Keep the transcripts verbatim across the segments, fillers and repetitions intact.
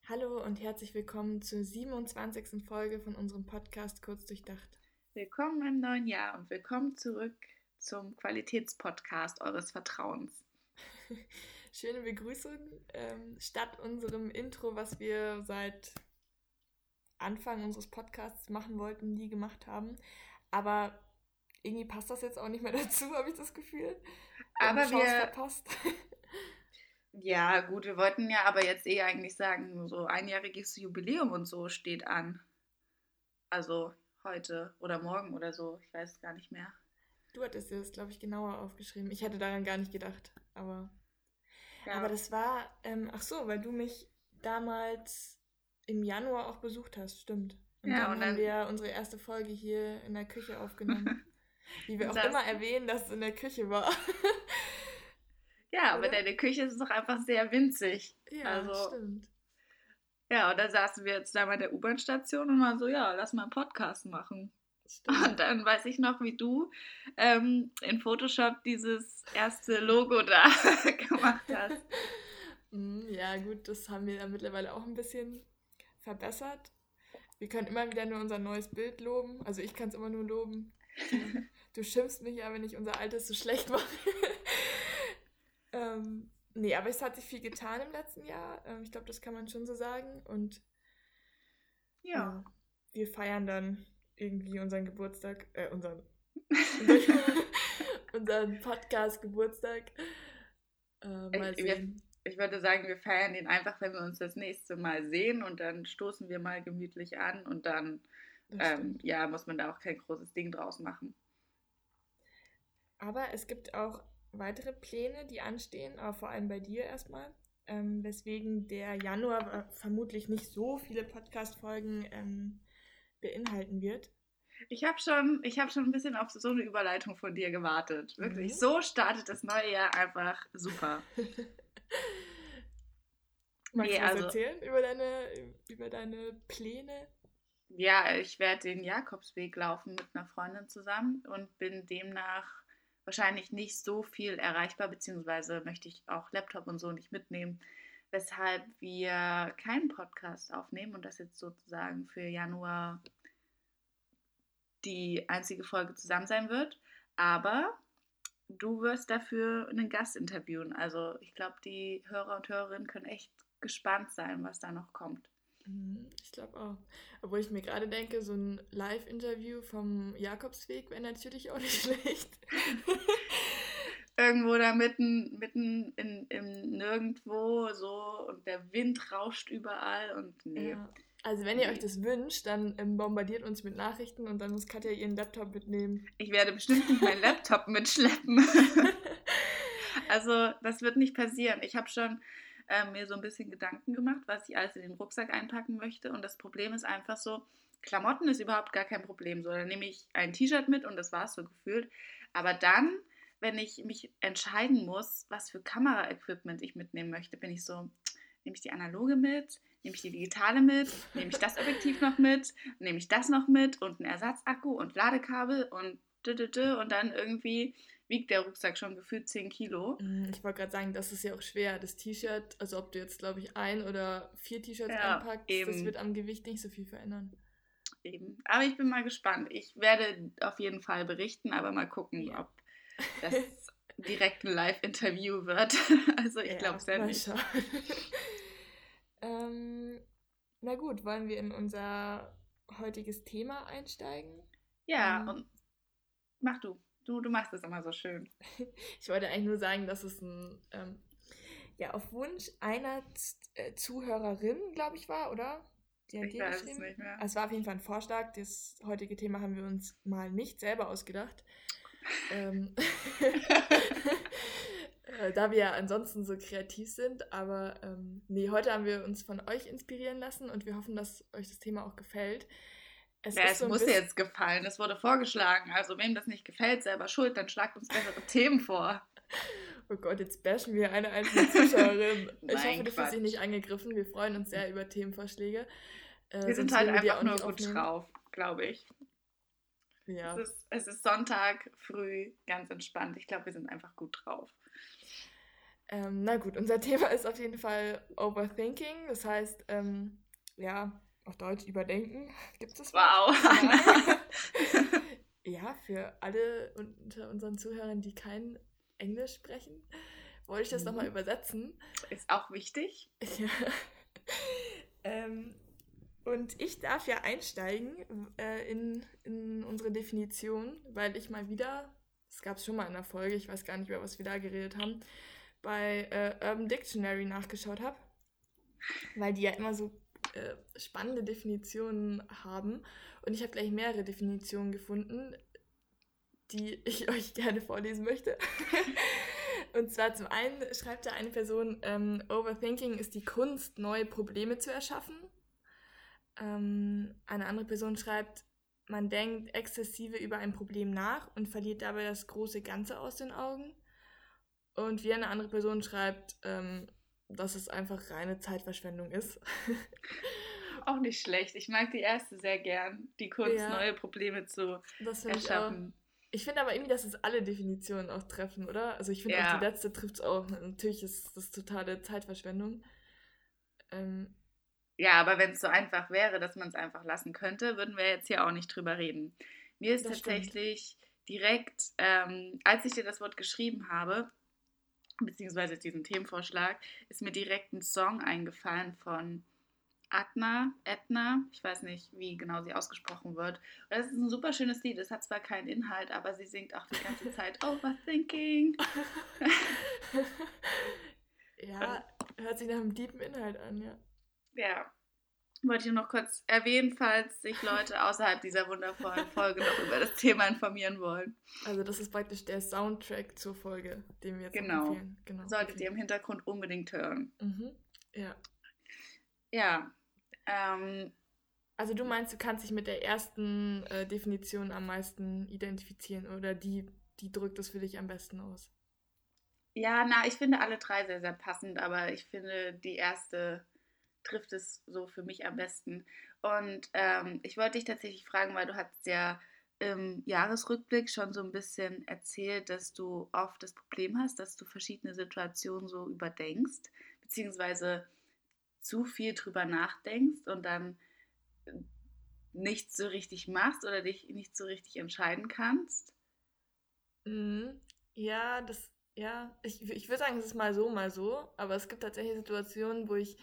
Hallo und herzlich willkommen zur siebenundzwanzigsten Folge von unserem Podcast Kurz Durchdacht. Willkommen im neuen Jahr und willkommen zurück zum Qualitätspodcast eures Vertrauens. Schöne Begrüßung ähm, statt unserem Intro, was wir seit Anfang unseres Podcasts machen wollten, nie gemacht haben. Aber irgendwie passt das jetzt auch nicht mehr dazu, habe ich das Gefühl. Wir haben Aber die Chance wir, verpasst. ja gut, wir wollten ja aber jetzt eh eigentlich sagen, so einjähriges Jubiläum und so steht an. Also heute oder morgen oder so, ich weiß es gar nicht mehr. Du hattest dir das, glaube ich, genauer aufgeschrieben. Ich hätte daran gar nicht gedacht. Aber, aber Ja, das war, ähm, ach so, weil du mich damals im Januar auch besucht hast, stimmt. Und ja dann und haben dann, wir unsere erste Folge hier in der Küche aufgenommen. Wie wir dann auch immer saßen, erwähnen, dass es in der Küche war. ja, aber Oder? deine Küche ist doch einfach sehr winzig. Ja, Also, stimmt. ja, und dann saßen wir jetzt da bei der U-Bahn-Station und waren so, ja, lass mal einen Podcast machen. Und Stimmt. dann weiß ich noch, wie du ähm, in Photoshop dieses erste Logo da gemacht hast. Mm, ja, gut, das haben wir dann mittlerweile auch ein bisschen verbessert. Wir können immer wieder nur unser neues Bild loben. Also ich kann es immer nur loben. Du, du schimpfst mich ja, wenn ich unser altes so schlecht mache. ähm, nee, aber es hat sich viel getan im letzten Jahr. Ähm, ich glaube, das kann man schon so sagen. Und Ja. ja, wir feiern dann irgendwie unseren Geburtstag, äh, unseren, unseren, unseren Podcast-Geburtstag. Äh, Ich, mal wir, sehen. ich würde sagen, wir feiern den einfach, wenn wir uns das nächste Mal sehen und dann stoßen wir mal gemütlich an und dann, Das ähm, stimmt. ja, muss man da auch kein großes Ding draus machen. Aber es gibt auch weitere Pläne, die anstehen, aber vor allem bei dir erstmal. Ähm, weswegen der Januar äh, vermutlich nicht so viele Podcast-Folgen ähm, beinhalten wird. Ich habe schon, ich hab schon ein bisschen auf so eine Überleitung von dir gewartet. Mhm. Wirklich, so startet das neue Jahr einfach super. Magst Nee, du was also, erzählen über deine, über deine Pläne? ja, ich werde den Jakobsweg laufen mit einer Freundin zusammen und bin demnach wahrscheinlich nicht so viel erreichbar, beziehungsweise möchte ich auch Laptop und so nicht mitnehmen, weshalb wir keinen Podcast aufnehmen und das jetzt sozusagen für Januar die einzige Folge zusammen sein wird. Aber du wirst dafür einen Gast interviewen. Also ich glaube, die Hörer und Hörerinnen können echt gespannt sein, was da noch kommt. Mhm, ich glaube auch. Obwohl ich mir gerade denke, so ein Live-Interview vom Jakobsweg wäre natürlich auch nicht schlecht. Irgendwo da mitten, mitten in, im Nirgendwo so und der Wind rauscht überall und nee, Ja. Also wenn ihr euch nee. das wünscht, dann ähm, bombardiert uns mit Nachrichten und dann muss Katja ihren Laptop mitnehmen. Ich werde bestimmt nicht meinen Laptop mitschleppen. Also das wird nicht passieren. Ich habe schon äh, mir so ein bisschen Gedanken gemacht, was ich alles in den Rucksack einpacken möchte. Und das Problem ist einfach so, Klamotten ist überhaupt gar kein Problem. So, dann nehme ich ein T-Shirt mit und das war es so gefühlt. Aber dann, wenn ich mich entscheiden muss, was für Kameraequipment ich mitnehmen möchte, bin ich so, nehme ich die analoge mit, nehme ich die digitale mit, nehme ich das Objektiv noch mit, nehme ich das noch mit und einen Ersatzakku und Ladekabel und und dann irgendwie wiegt der Rucksack schon gefühlt zehn Kilo. Mm, Ich wollte gerade sagen, das ist ja auch schwer. Das T-Shirt, also ob du jetzt, glaube ich, ein oder vier T-Shirts Ja, einpackst, das wird eben, am Gewicht nicht so viel verändern. eben. Aber ich bin mal gespannt. Ich werde auf jeden Fall berichten, aber mal gucken, Ja. ob das direkt ein Live-Interview wird. Also ich glaube Ja, es ja mal nicht. schauen. ähm, na gut, wollen wir in unser heutiges Thema einsteigen? Ja, Ähm, und mach du. Du, du machst es immer so schön. ich wollte eigentlich nur sagen, dass es ein, ähm, ja, auf Wunsch einer Z äh, Zuhörerin, glaube ich, war, oder? Die hat Ich dir weiß es geschrieben. nicht mehr. Also es war auf jeden Fall ein Vorschlag. Das heutige Thema haben wir uns mal nicht selber ausgedacht. Ähm, äh, da wir ja ansonsten so kreativ sind. Aber ähm, nee, heute haben wir uns von euch inspirieren lassen und wir hoffen, dass euch das Thema auch gefällt. Es Ja, ist es so ein muss dir bisschen. jetzt gefallen. Es wurde vorgeschlagen. Also wem das nicht gefällt, selber schuld, dann schlagt uns bessere Themen vor. Oh Gott, jetzt bashen wir eine einzelne Zuschauerin. Ich hoffe, Nein, du fühlst dich nicht Quatsch. angegriffen. Wir freuen uns sehr über Themenvorschläge. Äh, Wir sind sonst halt würden wir die einfach auch nur nicht gut aufnehmen. drauf, glaube ich. Es Ja. ist, es ist Sonntag früh, ganz entspannt. Ich glaube, wir sind einfach gut drauf. Ähm, na gut, unser Thema ist auf jeden Fall Overthinking. Das heißt, ähm, ja, auf Deutsch überdenken. Gibt es das Wort? Wow, Keine Ahnung. Anna. Ja, für alle unter unseren Zuhörern, die kein Englisch sprechen, wollte ich das nochmal Mhm. übersetzen. Ist auch wichtig. Ja. ähm, und ich darf ja einsteigen äh, in, in unsere Definition, weil ich mal wieder, das gab es schon mal in der Folge, ich weiß gar nicht, über was wir da geredet haben, bei äh, Urban Dictionary nachgeschaut habe, weil die ja immer so äh, spannende Definitionen haben. Und ich habe gleich mehrere Definitionen gefunden, die ich euch gerne vorlesen möchte. Und zwar zum einen schreibt da eine Person, ähm, Overthinking ist die Kunst, neue Probleme zu erschaffen. Ähm, eine andere Person schreibt, man denkt exzessive über ein Problem nach und verliert dabei das große Ganze aus den Augen. Und wie eine andere Person schreibt, ähm, dass es einfach reine Zeitverschwendung ist. Auch nicht schlecht. Ich mag die erste sehr gern. Die Kunst, Ja, neue Probleme zu das finde ich auch. erschaffen. Ich finde aber irgendwie, dass es alle Definitionen auch treffen, oder? Also ich finde auch die Ja, letzte trifft es auch. Natürlich ist das totale Zeitverschwendung. Ähm, ja, aber wenn es so einfach wäre, dass man es einfach lassen könnte, würden wir jetzt hier auch nicht drüber reden. Mir ist das stimmt. tatsächlich direkt, ähm, als ich dir das Wort geschrieben habe, beziehungsweise diesen Themenvorschlag, ist mir direkt ein Song eingefallen von Adna, Edna, ich weiß nicht, wie genau sie ausgesprochen wird. Und das ist ein super schönes Lied. Es hat zwar keinen Inhalt, aber sie singt auch die ganze Zeit Overthinking. Und Ja, hört sich nach einem tiefen Inhalt an, ja. ja, wollte ich noch kurz erwähnen, falls sich Leute außerhalb dieser wundervollen Folge noch über das Thema informieren wollen. Also das ist praktisch der Soundtrack zur Folge, den wir jetzt noch Genau. empfehlen. Genau, Solltet okay. ihr im Hintergrund unbedingt hören. Mhm. Ja. Ja, ähm, Also du meinst, du kannst dich mit der ersten äh, Definition am meisten identifizieren oder die, die drückt es für dich am besten aus? ja, na, ich finde alle drei sehr, sehr passend, aber ich finde, die erste trifft es so für mich am besten. Und ähm, ich wollte dich tatsächlich fragen, weil du hast ja im Jahresrückblick schon so ein bisschen erzählt, dass du oft das Problem hast, dass du verschiedene Situationen so überdenkst, beziehungsweise zu viel drüber nachdenkst und dann nichts so richtig machst oder dich nicht so richtig entscheiden kannst. Mhm. Ja, das, ja, ich, ich würde sagen, es ist mal so, mal so, aber es gibt tatsächlich Situationen, wo ich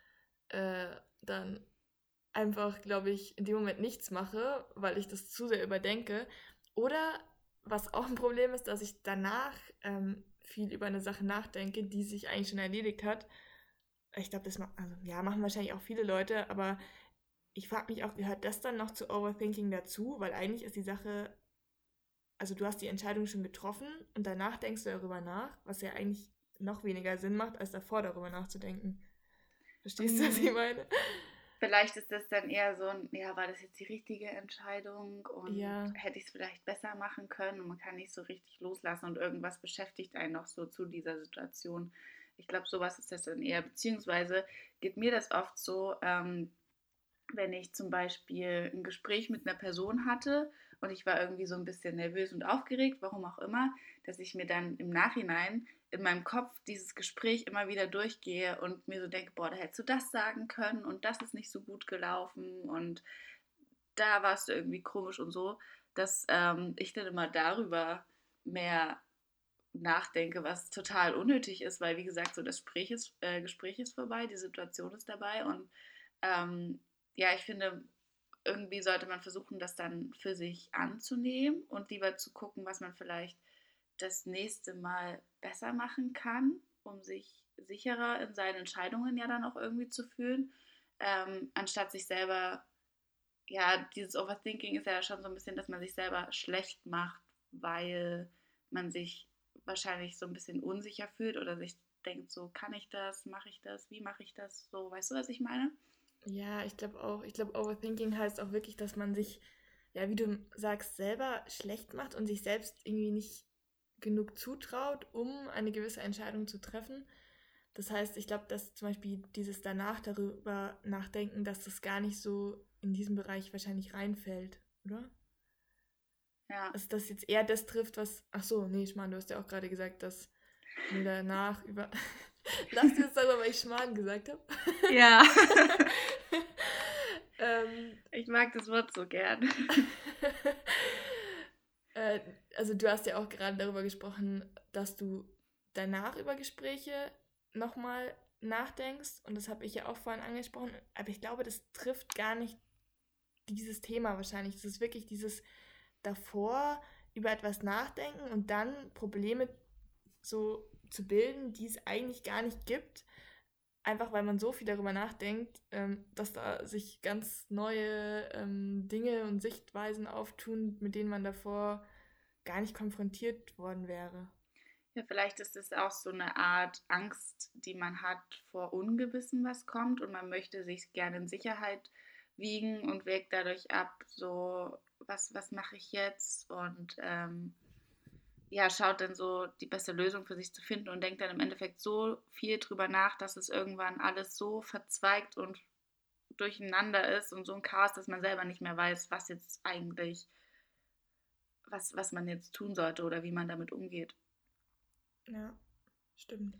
äh, dann einfach, glaube ich, in dem Moment nichts mache, weil ich das zu sehr überdenke. Oder was auch ein Problem ist, dass ich danach ähm, viel über eine Sache nachdenke, die sich eigentlich schon erledigt hat. Ich glaube, das ma also, ja, machen wahrscheinlich auch viele Leute, aber ich frage mich auch, gehört das dann noch zu Overthinking dazu? Weil eigentlich ist die Sache, also du hast die Entscheidung schon getroffen und danach denkst du darüber nach, was ja eigentlich noch weniger Sinn macht, als davor darüber nachzudenken. Verstehst du, was ich Mm, meine? Vielleicht ist das dann eher so ein, ja, war das jetzt die richtige Entscheidung und Ja, hätte ich es vielleicht besser machen können und man kann nicht so richtig loslassen und irgendwas beschäftigt einen noch so zu dieser Situation. Ich glaube, sowas ist das dann eher, beziehungsweise geht mir das oft so, ähm, wenn ich zum Beispiel ein Gespräch mit einer Person hatte und ich war irgendwie so ein bisschen nervös und aufgeregt, warum auch immer, dass ich mir dann im Nachhinein in meinem Kopf dieses Gespräch immer wieder durchgehe und mir so denke, boah, da hättest du das sagen können und das ist nicht so gut gelaufen und da warst du irgendwie komisch und so, dass ähm, ich dann immer darüber mehr nachdenke, was total unnötig ist, weil wie gesagt, so das Gespräch ist, äh, Gespräch ist vorbei, die Situation ist dabei und ähm, ja, ich finde, irgendwie sollte man versuchen, das dann für sich anzunehmen und lieber zu gucken, was man vielleicht das nächste Mal besser machen kann, um sich sicherer in seinen Entscheidungen ja dann auch irgendwie zu fühlen, ähm, anstatt sich selber, ja, dieses Overthinking ist ja schon so ein bisschen, dass man sich selber schlecht macht, weil man sich wahrscheinlich so ein bisschen unsicher fühlt oder sich denkt, so kann ich das, mache ich das, wie mache ich das, so, weißt du, was ich meine? ja, ich glaube auch. Ich glaube, Overthinking heißt auch wirklich, dass man sich, ja, wie du sagst, selber schlecht macht und sich selbst irgendwie nicht genug zutraut, um eine gewisse Entscheidung zu treffen. Das heißt, ich glaube, dass zum Beispiel dieses danach darüber nachdenken, dass das gar nicht so in diesen Bereich wahrscheinlich reinfällt, oder? Ja. Also, dass jetzt eher das trifft, was. Ach so, nee, ich meine, du hast ja auch gerade gesagt, dass. mir danach über... Lachst du jetzt darüber, weil ich Schmarrn gesagt habe? Ja. ähm, ich mag das Wort so gern. äh, also du hast ja auch gerade darüber gesprochen, dass du danach über Gespräche nochmal nachdenkst. Und das habe ich ja auch vorhin angesprochen. Aber ich glaube, das trifft gar nicht dieses Thema wahrscheinlich. Das ist wirklich dieses davor über etwas nachdenken und dann Probleme so zu bilden, die es eigentlich gar nicht gibt. Einfach weil man so viel darüber nachdenkt, ähm, dass da sich ganz neue ähm, Dinge und Sichtweisen auftun, mit denen man davor gar nicht konfrontiert worden wäre. Ja, vielleicht ist es auch so eine Art Angst, die man hat vor Ungewissen, was kommt, und man möchte sich gerne in Sicherheit wiegen und wägt dadurch ab, so, was, was mache ich jetzt? Und ähm, ja, schaut dann so die beste Lösung für sich zu finden und denkt dann im Endeffekt so viel drüber nach, dass es irgendwann alles so verzweigt und durcheinander ist und so ein Chaos, dass man selber nicht mehr weiß, was jetzt eigentlich, was, was man jetzt tun sollte oder wie man damit umgeht. Ja, stimmt.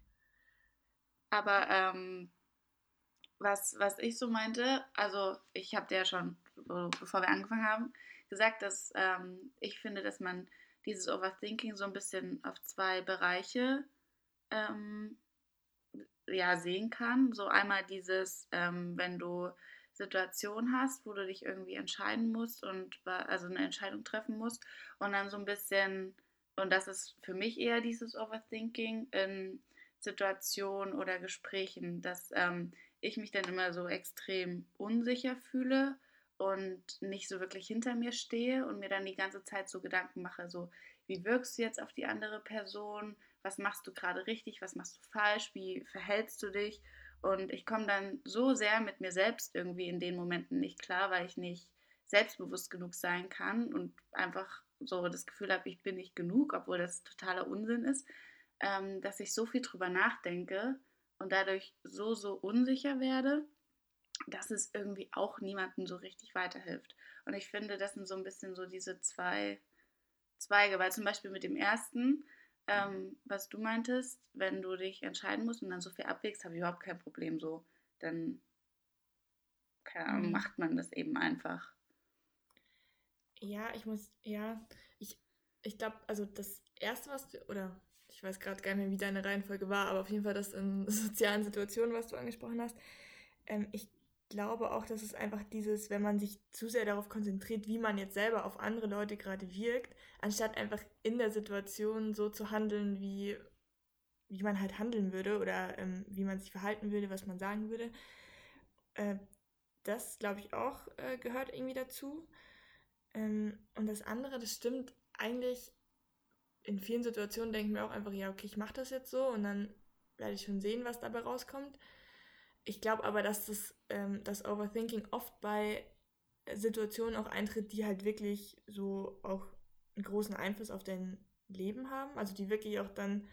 Aber ähm, was, was ich so meinte, also ich habe dir ja schon, so, bevor wir angefangen haben, gesagt, dass ähm, ich finde, dass man dieses Overthinking so ein bisschen auf zwei Bereiche ähm, ja, sehen kann. So einmal dieses, ähm, wenn du Situationen hast, wo du dich irgendwie entscheiden musst und also eine Entscheidung treffen musst und dann so ein bisschen, und das ist für mich eher dieses Overthinking in Situationen oder Gesprächen, dass ähm, ich mich dann immer so extrem unsicher fühle und nicht so wirklich hinter mir stehe und mir dann die ganze Zeit so Gedanken mache, so wie wirkst du jetzt auf die andere Person, was machst du gerade richtig, was machst du falsch, wie verhältst du dich, und ich komme dann so sehr mit mir selbst irgendwie in den Momenten nicht klar, weil ich nicht selbstbewusst genug sein kann und einfach so das Gefühl habe, ich bin nicht genug, obwohl das totaler Unsinn ist, ähm, dass ich so viel drüber nachdenke und dadurch so, so unsicher werde, dass es irgendwie auch niemandem so richtig weiterhilft. Und ich finde, das sind so ein bisschen so diese zwei Zweige, weil zum Beispiel mit dem ersten, ähm, was du meintest, wenn du dich entscheiden musst und dann so viel abwägst, habe ich überhaupt kein Problem so. Dann keine Ahnung, Mhm. macht man das eben einfach. Ja, ich muss, ja, ich, ich glaube, also das Erste, was du, oder ich weiß gerade gar nicht mehr, wie deine Reihenfolge war, aber auf jeden Fall das in sozialen Situationen, was du angesprochen hast. Ähm, ich glaube auch, dass es einfach dieses, wenn man sich zu sehr darauf konzentriert, wie man jetzt selber auf andere Leute gerade wirkt, anstatt einfach in der Situation so zu handeln, wie, wie man halt handeln würde oder ähm, wie man sich verhalten würde, was man sagen würde. Äh, das, glaube ich, auch äh, gehört irgendwie dazu. Ähm, und das andere, das stimmt eigentlich, in vielen Situationen denke ich mir auch einfach, ja, okay, ich mache das jetzt so und dann werde ich schon sehen, was dabei rauskommt. Ich glaube aber, dass das, ähm, das Overthinking oft bei Situationen auch eintritt, die halt wirklich so auch einen großen Einfluss auf dein Leben haben. Also die wirklich auch dann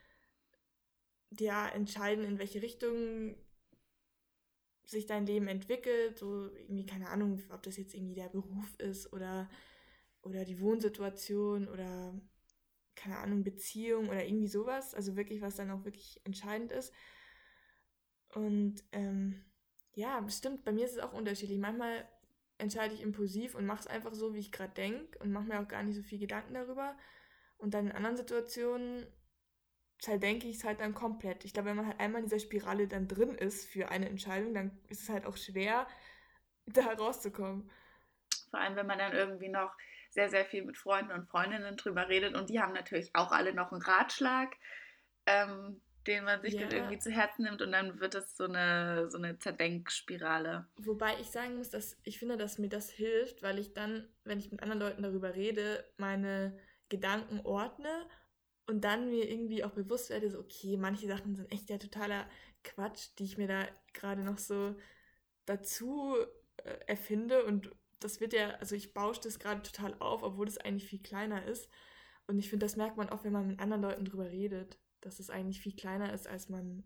ja entscheiden, in welche Richtung sich dein Leben entwickelt. So irgendwie, keine Ahnung, ob das jetzt irgendwie der Beruf ist oder, oder die Wohnsituation oder keine Ahnung, Beziehung oder irgendwie sowas. Also wirklich, was dann auch wirklich entscheidend ist. Und ähm, ja, stimmt, bei mir ist es auch unterschiedlich. Manchmal entscheide ich impulsiv und mache es einfach so, wie ich gerade denke und mache mir auch gar nicht so viel Gedanken darüber. Und dann in anderen Situationen zerdenke ich es halt dann komplett. Ich glaube, wenn man halt einmal in dieser Spirale dann drin ist für eine Entscheidung, dann ist es halt auch schwer, da rauszukommen. Vor allem, wenn man dann irgendwie noch sehr, sehr viel mit Freunden und Freundinnen drüber redet und die haben natürlich auch alle noch einen Ratschlag, ähm, den man sich dann Ja, irgendwie zu Herzen nimmt, und dann wird es so eine, so eine Zerdenkspirale. wobei ich sagen muss, dass ich finde, dass mir das hilft, weil ich dann, wenn ich mit anderen Leuten darüber rede, meine Gedanken ordne und dann mir irgendwie auch bewusst werde, so, okay, manche Sachen sind echt ja totaler Quatsch, die ich mir da gerade noch so dazu äh, erfinde und das wird ja, also ich bausche das gerade total auf, obwohl das eigentlich viel kleiner ist. Und ich finde, das merkt man auch, wenn man mit anderen Leuten drüber redet, dass es eigentlich viel kleiner ist, als man,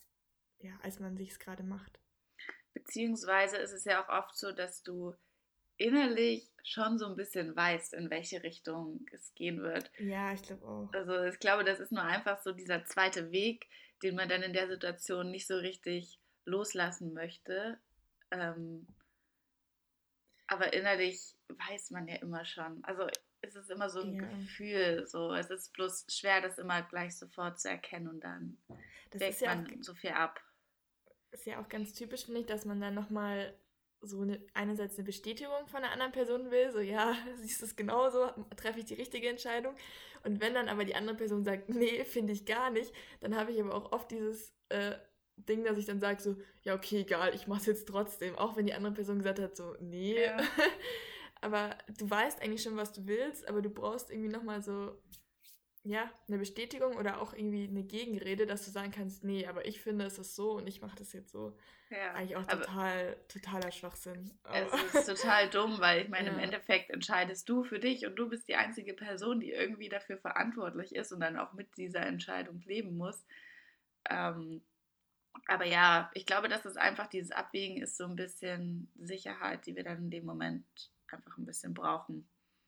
ja, als man sich es gerade macht. Beziehungsweise ist es ja auch oft so, dass du innerlich schon so ein bisschen weißt, in welche Richtung es gehen wird. Ja, ich glaube auch. Also ich glaube, das ist nur einfach so dieser zweite Weg, den man dann in der Situation nicht so richtig loslassen möchte. Ähm, aber innerlich weiß man ja immer schon. Also es ist immer so ein Ja, Gefühl, so. Es ist bloß schwer, das immer gleich sofort zu erkennen und dann das ist wägt ja auch, man so viel ab. ist ja auch ganz typisch, finde ich, dass man dann nochmal so eine, einerseits eine Bestätigung von einer anderen Person will, so ja, siehst du es genauso, treffe ich die richtige Entscheidung. Und wenn dann aber die andere Person sagt, nee, finde ich gar nicht, dann habe ich aber auch oft dieses äh, Ding, dass ich dann sage so, ja, okay, egal, ich mache es jetzt trotzdem, auch wenn die andere Person gesagt hat, so, nee. Ja. Aber du weißt eigentlich schon, was du willst, aber du brauchst irgendwie nochmal so, ja, eine Bestätigung oder auch irgendwie eine Gegenrede, dass du sagen kannst, nee, aber ich finde, es ist so und ich mache das jetzt so. Ja, Eigentlich auch aber total, totaler Schwachsinn. es Aber ist total dumm, weil ich meine, im ja, Endeffekt entscheidest du für dich und du bist die einzige Person, die irgendwie dafür verantwortlich ist und dann auch mit dieser Entscheidung leben muss. Ähm, aber ja, ich glaube, dass es einfach dieses Abwägen ist so ein bisschen Sicherheit, die wir dann in dem Moment einfach ein bisschen brauchen.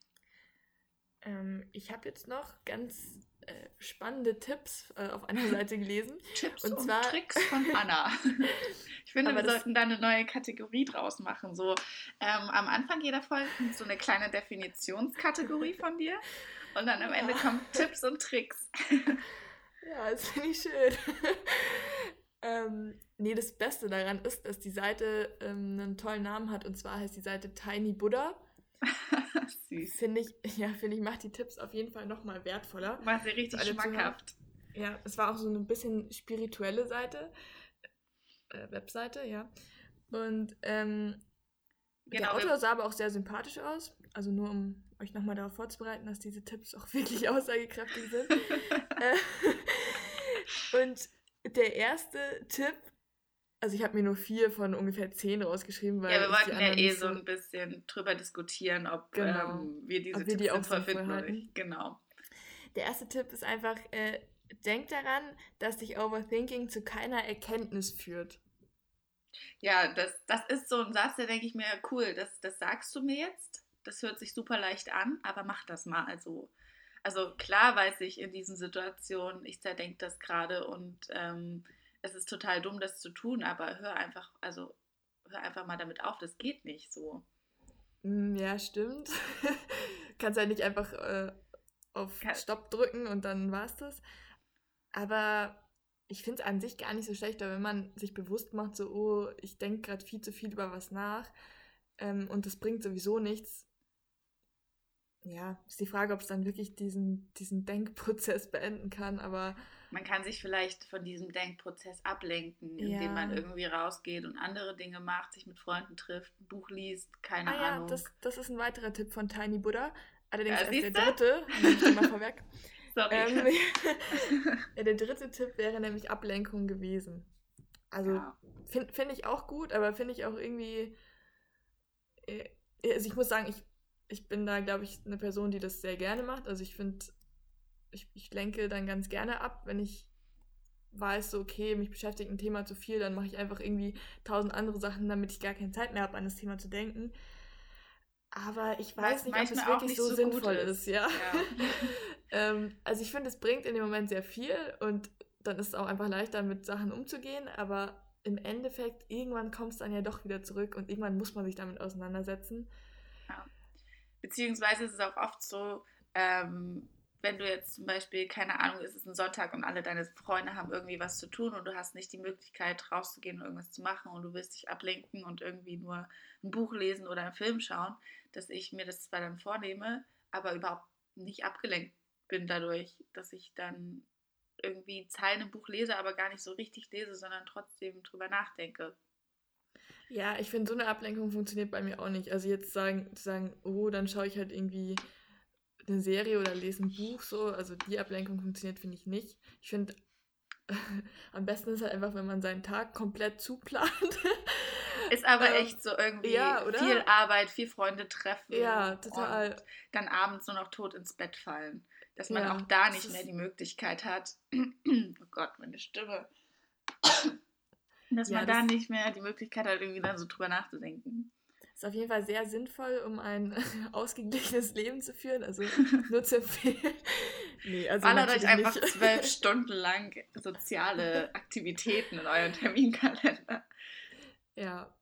ähm, ich habe jetzt noch ganz äh, spannende Tipps äh, auf einer Seite gelesen. Tipps Und und zwar, Tricks von Anna. Ich finde, aber wir das, sollten da eine neue Kategorie draus machen. So ähm, am Anfang jeder Folge kommt so eine kleine Definitionskategorie von dir und dann am Ende ja, kommen Tipps und Tricks. ja, das finde ich schön. ähm, nee, das Beste daran ist, dass die Seite ähm, einen tollen Namen hat und zwar heißt die Seite Tiny Buddha. Süß. Finde ich, ja, finde ich, macht die Tipps auf jeden Fall nochmal wertvoller. War sie Für richtig alle Zuhörer. schmackhaft. Ja, es war auch so eine bisschen spirituelle Seite, äh, Webseite, ja. Und ähm, der Genau, wir, Autor sah aber auch sehr sympathisch aus. Also nur um euch nochmal darauf vorzubereiten, dass diese Tipps auch wirklich aussagekräftig sind. Äh, und der erste Tipp, also ich habe mir nur vier von ungefähr zehn rausgeschrieben, weil ja, wir ich die wollten ja anderen eh nicht so so, ein bisschen drüber diskutieren, ob genau, ähm, wir diese ob wir Tipps die auch sinnvoll sinnvoll finden oder halten. nicht. Genau. Der erste Tipp ist einfach, äh, denk daran, dass dich Overthinking zu keiner Erkenntnis führt. Ja, das, das ist so ein Satz, da denke ich mir, cool, das, das sagst du mir jetzt. Das hört sich super leicht an, aber mach das mal. Also, also klar weiß ich in diesen Situationen, ich zerdenke das gerade und ähm, es ist total dumm, das zu tun, aber hör einfach, also hör einfach mal damit auf, das geht nicht so. Hm, ja, stimmt. Kannst halt nicht einfach äh, auf Ka- Stopp drücken und dann war's das. Aber ich finde es an sich gar nicht so schlecht, weil wenn man sich bewusst macht, so, oh, ich denke gerade viel zu viel über was nach ähm, und das bringt sowieso nichts. Ja, ist die Frage, ob es dann wirklich diesen, diesen Denkprozess beenden kann, aber Man kann sich vielleicht von diesem Denkprozess ablenken, indem man ja. irgendwie rausgeht und andere Dinge macht, sich mit Freunden trifft, ein Buch liest, keine Ah ja, Ahnung. das, das ist ein weiterer Tipp von Tiny Buddha. Allerdings Ja, erst der siehst du? dritte, nehme ich den mal vorweg. Sorry. Ähm, ja, der dritte Tipp wäre nämlich Ablenkung gewesen. Also Ja. finde find ich auch gut, aber finde ich auch irgendwie, äh, also ich muss sagen, ich, ich bin da, glaube ich, eine Person, die das sehr gerne macht. Also ich finde, ich, ich lenke dann ganz gerne ab, wenn ich weiß, so okay, mich beschäftigt ein Thema zu viel, dann mache ich einfach irgendwie tausend andere Sachen, damit ich gar keine Zeit mehr habe, an das Thema zu denken. Aber ich weiß Was nicht, ob es manchmal auch wirklich nicht so so gut sinnvoll ist, ist. ja. Ja. ähm, also ich finde, es bringt in dem Moment sehr viel und dann ist es auch einfach leichter, mit Sachen umzugehen, aber im Endeffekt, irgendwann kommt es dann ja doch wieder zurück und irgendwann muss man sich damit auseinandersetzen. Ja. Beziehungsweise ist es auch oft so, ähm, wenn du jetzt zum Beispiel, keine Ahnung, ist es ein Sonntag und alle deine Freunde haben irgendwie was zu tun und du hast nicht die Möglichkeit rauszugehen und irgendwas zu machen und du willst dich ablenken und irgendwie nur ein Buch lesen oder einen Film schauen, dass ich mir das zwar dann vornehme, aber überhaupt nicht abgelenkt bin dadurch, dass ich dann irgendwie Zeilen im Buch lese, aber gar nicht so richtig lese, sondern trotzdem drüber nachdenke. Ja, ich finde, so eine Ablenkung funktioniert bei mir auch nicht. Also jetzt sagen, zu sagen, oh, dann schaue ich halt irgendwie eine Serie oder lese ein Buch so. Also die Ablenkung funktioniert, finde ich nicht. Ich finde, am besten ist halt einfach, wenn man seinen Tag komplett zuplant. Ist aber ähm, echt so irgendwie ja, oder? viel Arbeit, viel Freunde treffen Ja, und total. dann abends nur noch tot ins Bett fallen. Dass man Ja, auch da das nicht mehr ist, die Möglichkeit hat, oh Gott, meine Stimme, dass ja, man da das, nicht mehr die Möglichkeit hat, irgendwie dann so drüber nachzudenken. Ist auf jeden Fall sehr sinnvoll, um ein ausgeglichenes Leben zu führen. Also nur zu empfehlen. Nee, also ballert euch einfach nicht. zwölf Stunden lang soziale Aktivitäten in euren Terminkalender. Ja.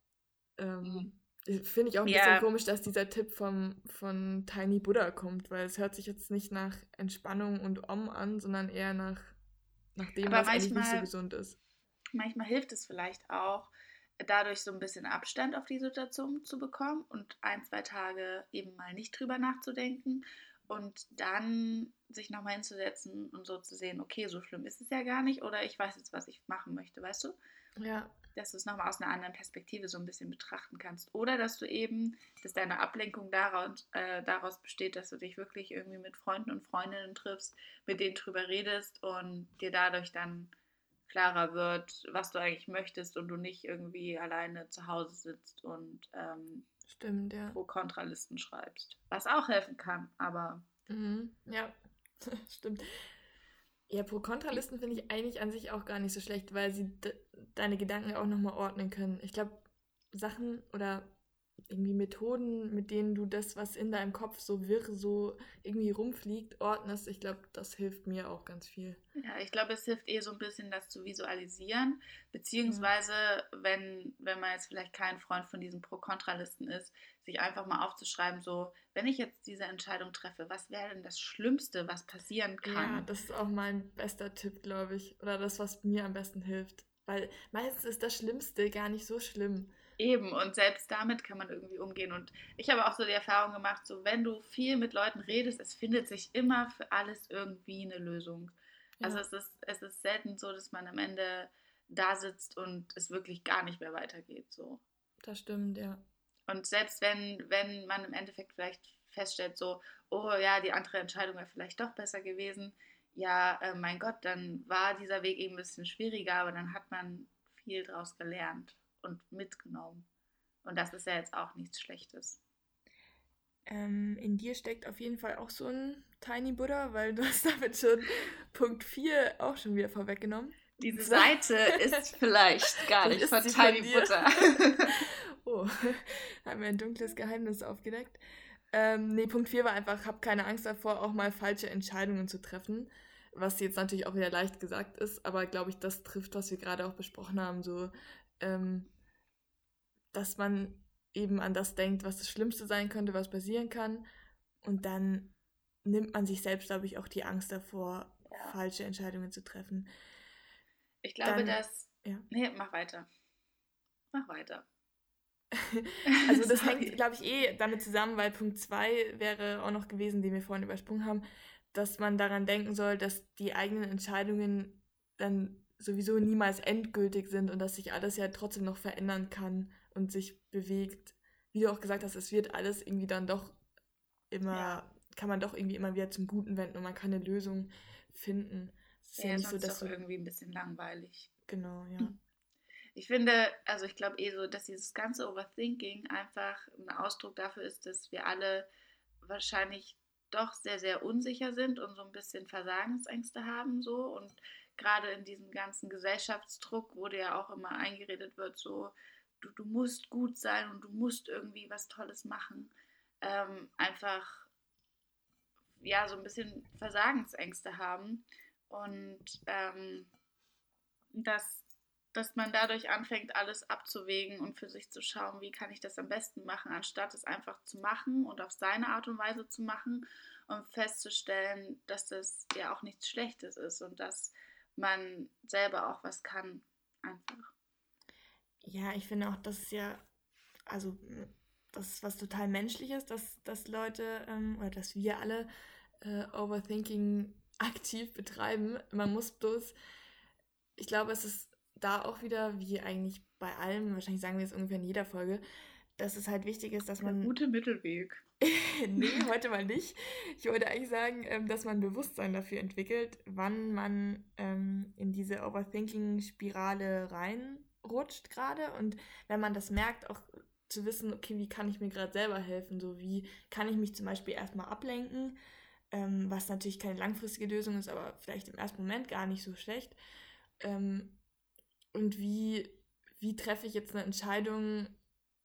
Ähm, finde ich auch ein Ja. bisschen komisch, dass dieser Tipp vom, von Tiny Buddha kommt, weil es hört sich jetzt nicht nach Entspannung und Om an, sondern eher nach, nach dem, Aber was eigentlich nicht so manchmal- gesund ist. Manchmal hilft es vielleicht auch, dadurch so ein bisschen Abstand auf die Situation zu bekommen und ein, zwei Tage eben mal nicht drüber nachzudenken und dann sich nochmal hinzusetzen und so zu sehen, okay, so schlimm ist es ja gar nicht oder ich weiß jetzt, was ich machen möchte, weißt du? Ja, Dass du es nochmal aus einer anderen Perspektive so ein bisschen betrachten kannst. Oder dass du eben, dass deine Ablenkung daraus, äh, daraus besteht, dass du dich wirklich irgendwie mit Freunden und Freundinnen triffst, mit denen drüber redest und dir dadurch dann klarer wird, was du eigentlich möchtest und du nicht irgendwie alleine zu Hause sitzt und ähm, stimmt, ja. Pro-Kontra-Listen schreibst. Was auch helfen kann, aber Mhm, ja, stimmt. Ja, Pro-Kontra-Listen finde ich eigentlich an sich auch gar nicht so schlecht, weil sie de deine Gedanken auch nochmal ordnen können. Ich glaube, Sachen oder irgendwie Methoden, mit denen du das, was in deinem Kopf so wirr, so irgendwie rumfliegt, ordnest, ich glaube, das hilft mir auch ganz viel. ja, ich glaube, es hilft eh so ein bisschen, das zu visualisieren, beziehungsweise, wenn, wenn man jetzt vielleicht kein Freund von diesen Pro-Kontra-Listen ist, sich einfach mal aufzuschreiben, so, wenn ich jetzt diese Entscheidung treffe, was wäre denn das Schlimmste, was passieren kann? Ja, das ist auch mein bester Tipp, glaube ich. Oder das, was mir am besten hilft. Weil meistens ist das Schlimmste gar nicht so schlimm. Eben, und selbst damit kann man irgendwie umgehen. Und ich habe auch so die Erfahrung gemacht, so wenn du viel mit Leuten redest, es findet sich immer für alles irgendwie eine Lösung. Ja. Also es ist, es ist selten so, dass man am Ende da sitzt und es wirklich gar nicht mehr weitergeht. So. Das stimmt, ja. Und selbst wenn, wenn man im Endeffekt vielleicht feststellt, so, oh ja, die andere Entscheidung wäre vielleicht doch besser gewesen, ja, äh, mein Gott, dann war dieser Weg eben ein bisschen schwieriger, aber dann hat man viel draus gelernt und mitgenommen. Und das ist ja jetzt auch nichts Schlechtes. Ähm, in dir steckt auf jeden Fall auch so ein Tiny Buddha, weil du hast damit schon Punkt vier auch schon wieder vorweggenommen. Diese Seite ist vielleicht gar Vielleicht nicht ist von sie von Tiny dir. Butter. Oh, haben wir ein dunkles Geheimnis aufgedeckt. Ähm, nee, Punkt vier war einfach, hab keine Angst davor, auch mal falsche Entscheidungen zu treffen. Was jetzt natürlich auch wieder leicht gesagt ist, aber glaube ich, das trifft, was wir gerade auch besprochen haben, so, ähm, dass man eben an das denkt, was das Schlimmste sein könnte, was passieren kann. Und dann nimmt man sich selbst, glaube ich, auch die Angst davor, Ja. falsche Entscheidungen zu treffen. Ich glaube, Dann- dass... ja. Nee, mach weiter. Mach weiter. Also das Sorry. hängt, glaube ich, eh damit zusammen, weil Punkt zwei wäre auch noch gewesen, den wir vorhin übersprungen haben, dass man daran denken soll, dass die eigenen Entscheidungen dann sowieso niemals endgültig sind und dass sich alles ja trotzdem noch verändern kann und sich bewegt. Wie du auch gesagt hast, es wird alles irgendwie dann doch immer, Ja. kann man doch irgendwie immer wieder zum Guten wenden und man kann eine Lösung finden. Es ist ja, Ja, nicht so, sonst dass doch du... irgendwie ein bisschen langweilig. Genau, ja. Hm. Ich finde, also ich glaube eh so, dass dieses ganze Overthinking einfach ein Ausdruck dafür ist, dass wir alle wahrscheinlich doch sehr, sehr unsicher sind und so ein bisschen Versagensängste haben so und gerade in diesem ganzen Gesellschaftsdruck, wo dir ja auch immer eingeredet wird, so du, du musst gut sein und du musst irgendwie was Tolles machen, ähm, einfach ja so ein bisschen Versagensängste haben und ähm, dass, dass man dadurch anfängt, alles abzuwägen und für sich zu schauen, wie kann ich das am besten machen, anstatt es einfach zu machen und auf seine Art und Weise zu machen und festzustellen, dass das ja auch nichts Schlechtes ist und dass man selber auch was kann, einfach. Ja, ich finde auch, das ist ja, also das ist was total Menschliches, dass, dass Leute ähm, oder dass wir alle äh, Overthinking aktiv betreiben. Man muss bloß, ich glaube, es ist da auch wieder, wie eigentlich bei allem, wahrscheinlich sagen wir es ungefähr in jeder Folge, dass es halt wichtig ist, dass Der man... gute Mittelweg. Nee, heute mal nicht. Ich wollte eigentlich sagen, ähm, dass man Bewusstsein dafür entwickelt, wann man ähm, in diese Overthinking-Spirale reinrutscht gerade. Und wenn man das merkt, auch zu wissen, okay, wie kann ich mir gerade selber helfen? So wie kann ich mich zum Beispiel erstmal ablenken, ähm, was natürlich keine langfristige Lösung ist, aber vielleicht im ersten Moment gar nicht so schlecht. Ähm, und wie, wie treffe ich jetzt eine Entscheidung,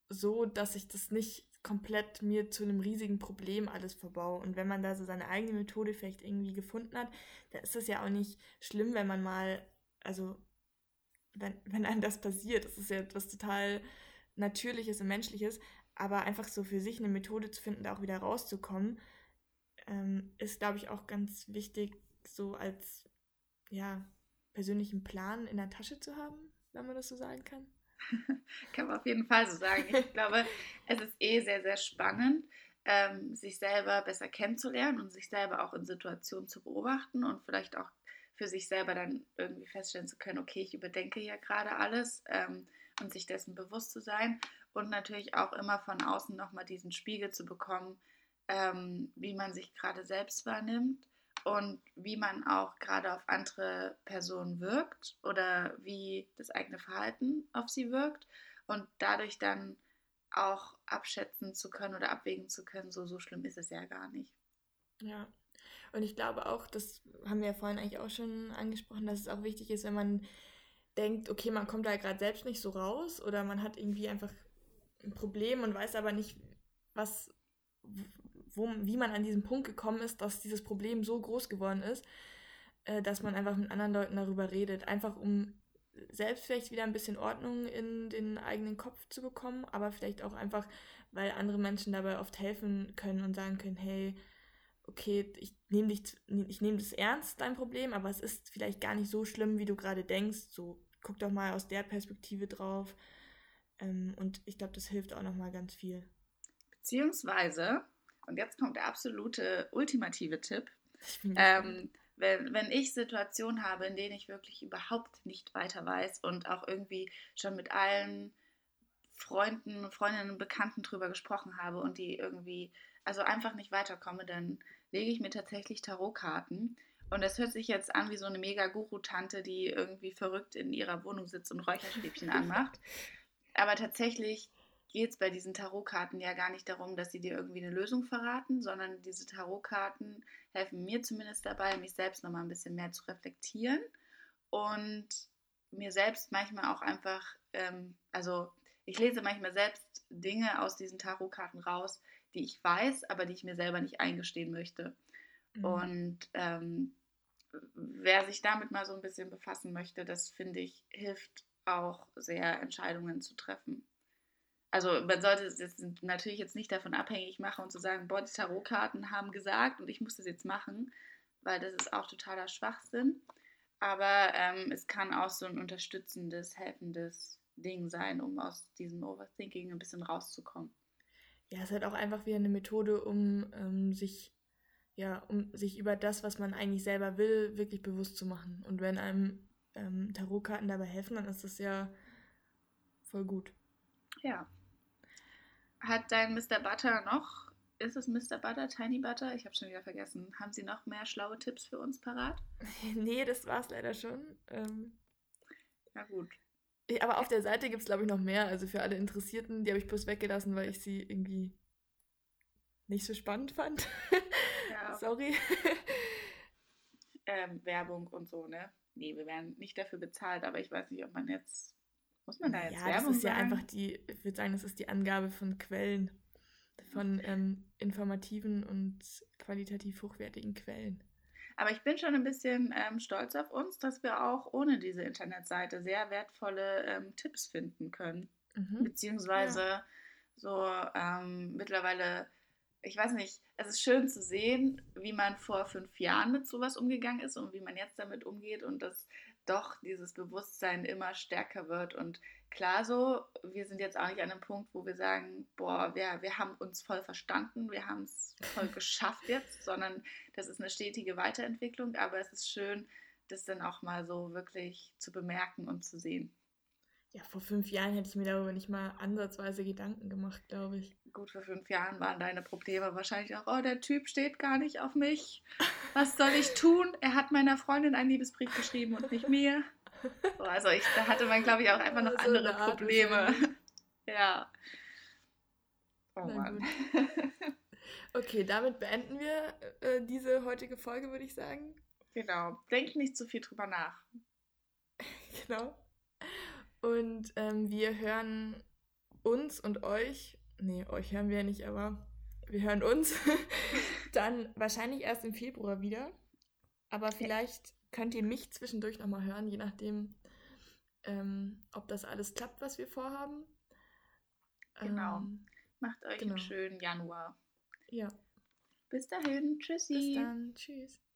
so, dass ich das nicht komplett mir zu einem riesigen Problem alles verbaue. Und wenn man da so seine eigene Methode vielleicht irgendwie gefunden hat, dann ist es ja auch nicht schlimm, wenn man mal, also wenn, wenn einem das passiert. Das ist ja etwas total Natürliches und Menschliches. Aber einfach so für sich eine Methode zu finden, da auch wieder rauszukommen, ähm, ist, glaube ich, auch ganz wichtig, so als ja, persönlichen Plan in der Tasche zu haben, wenn man das so sagen kann. Kann man auf jeden Fall so sagen. Ich glaube, es ist eh sehr, sehr spannend, ähm, sich selber besser kennenzulernen und sich selber auch in Situationen zu beobachten und vielleicht auch für sich selber dann irgendwie feststellen zu können, okay, ich überdenke ja gerade alles, ähm, und sich dessen bewusst zu sein und natürlich auch immer von außen nochmal diesen Spiegel zu bekommen, ähm, wie man sich gerade selbst wahrnimmt und wie man auch gerade auf andere Personen wirkt oder wie das eigene Verhalten auf sie wirkt und dadurch dann auch abschätzen zu können oder abwägen zu können, so, so schlimm ist es ja gar nicht. Ja, und ich glaube auch, das haben wir ja vorhin eigentlich auch schon angesprochen, dass es auch wichtig ist, wenn man denkt, okay, man kommt da gerade selbst nicht so raus oder man hat irgendwie einfach ein Problem und weiß aber nicht, was, wo, wie man an diesen Punkt gekommen ist, dass dieses Problem so groß geworden ist, äh, dass man einfach mit anderen Leuten darüber redet. Einfach um selbst vielleicht wieder ein bisschen Ordnung in den eigenen Kopf zu bekommen, aber vielleicht auch einfach, weil andere Menschen dabei oft helfen können und sagen können, hey, okay, ich nehme dich, ich nehme das ernst, dein Problem, aber es ist vielleicht gar nicht so schlimm, wie du gerade denkst. So, guck doch mal aus der Perspektive drauf. Ähm, und ich glaube, das hilft auch nochmal ganz viel. Beziehungsweise, und jetzt kommt der absolute ultimative Tipp, Ich bin ähm, wenn, wenn ich Situationen habe, in denen ich wirklich überhaupt nicht weiter weiß und auch irgendwie schon mit allen Freunden, Freundinnen, Bekannten drüber gesprochen habe und die irgendwie, also einfach nicht weiterkomme, dann lege ich mir tatsächlich Tarotkarten. Und das hört sich jetzt an wie so eine Mega-Guru-Tante, die irgendwie verrückt in ihrer Wohnung sitzt und Räucherstäbchen anmacht. Aber tatsächlich geht es bei diesen Tarotkarten ja gar nicht darum, dass sie dir irgendwie eine Lösung verraten, sondern diese Tarotkarten helfen mir zumindest dabei, mich selbst nochmal ein bisschen mehr zu reflektieren und mir selbst manchmal auch einfach, ähm, also ich lese manchmal selbst Dinge aus diesen Tarotkarten raus, die ich weiß, aber die ich mir selber nicht eingestehen möchte. Mhm. Und ähm, wer sich damit mal so ein bisschen befassen möchte, das finde ich, hilft auch sehr, Entscheidungen zu treffen. Also man sollte es jetzt natürlich jetzt nicht davon abhängig machen und zu sagen, boah, die Tarotkarten haben gesagt und ich muss das jetzt machen, weil das ist auch totaler Schwachsinn. Aber ähm, es kann auch so ein unterstützendes, helfendes Ding sein, um aus diesem Overthinking ein bisschen rauszukommen. Ja, es ist halt auch einfach wieder eine Methode, um ähm, sich, ja, um sich über das, was man eigentlich selber will, wirklich bewusst zu machen. Und wenn einem ähm, Tarotkarten dabei helfen, dann ist das ja voll gut. Ja. Hat dein Mister Butter noch, ist es Mister Butter, Tiny Butter? Ich habe schon wieder vergessen. Haben Sie noch mehr schlaue Tipps für uns parat? Nee, das war's leider schon. Ähm, Ja gut. aber auf der Seite gibt es, glaube ich, noch mehr. Also für alle Interessierten, die habe ich bloß weggelassen, weil ich sie irgendwie nicht so spannend fand. Ja. Sorry. Ähm, Werbung und so, ne? Nee, wir werden nicht dafür bezahlt, aber ich weiß nicht, ob man jetzt, muss man da jetzt Naja, das Werbung ist ja sagen? einfach die, ich würde sagen, das ist die Angabe von Quellen, von ähm, informativen und qualitativ hochwertigen Quellen. Aber ich bin schon ein bisschen ähm, stolz auf uns, dass wir auch ohne diese Internetseite sehr wertvolle ähm, Tipps finden können. Mhm. Ja. Beziehungsweise so ähm, mittlerweile, ich weiß nicht, es ist schön zu sehen, wie man vor fünf Jahren mit sowas umgegangen ist und wie man jetzt damit umgeht und dass doch dieses Bewusstsein immer stärker wird. Und klar so, wir sind jetzt auch nicht an einem Punkt, wo wir sagen, boah, wir, wir haben uns voll verstanden, wir haben es voll geschafft jetzt, sondern das ist eine stetige Weiterentwicklung, aber es ist schön, das dann auch mal so wirklich zu bemerken und zu sehen. Ja, vor fünf Jahren hätte ich mir darüber nicht mal ansatzweise Gedanken gemacht, glaube ich. Gut, vor fünf Jahren waren deine Probleme wahrscheinlich auch, oh, der Typ steht gar nicht auf mich. Was soll ich tun? Er hat meiner Freundin einen Liebesbrief geschrieben und nicht mir. So, also ich, da hatte man, glaube ich, auch einfach noch So andere eine Art Probleme. wahrscheinlich. Ja. Oh Na Mann. gut. Okay, damit beenden wir äh, diese heutige Folge, würde ich sagen. Genau. Denk nicht zu viel drüber nach. Genau. Und ähm, wir hören uns und euch, nee, euch hören wir ja nicht, aber wir hören uns dann wahrscheinlich erst im Februar wieder. Aber vielleicht könnt ihr mich zwischendurch nochmal hören, je nachdem, ähm, ob das alles klappt, was wir vorhaben. Genau. Ähm, Macht euch genau. einen schönen Januar. Ja. Bis dahin. Tschüssi. Bis dann. Tschüss.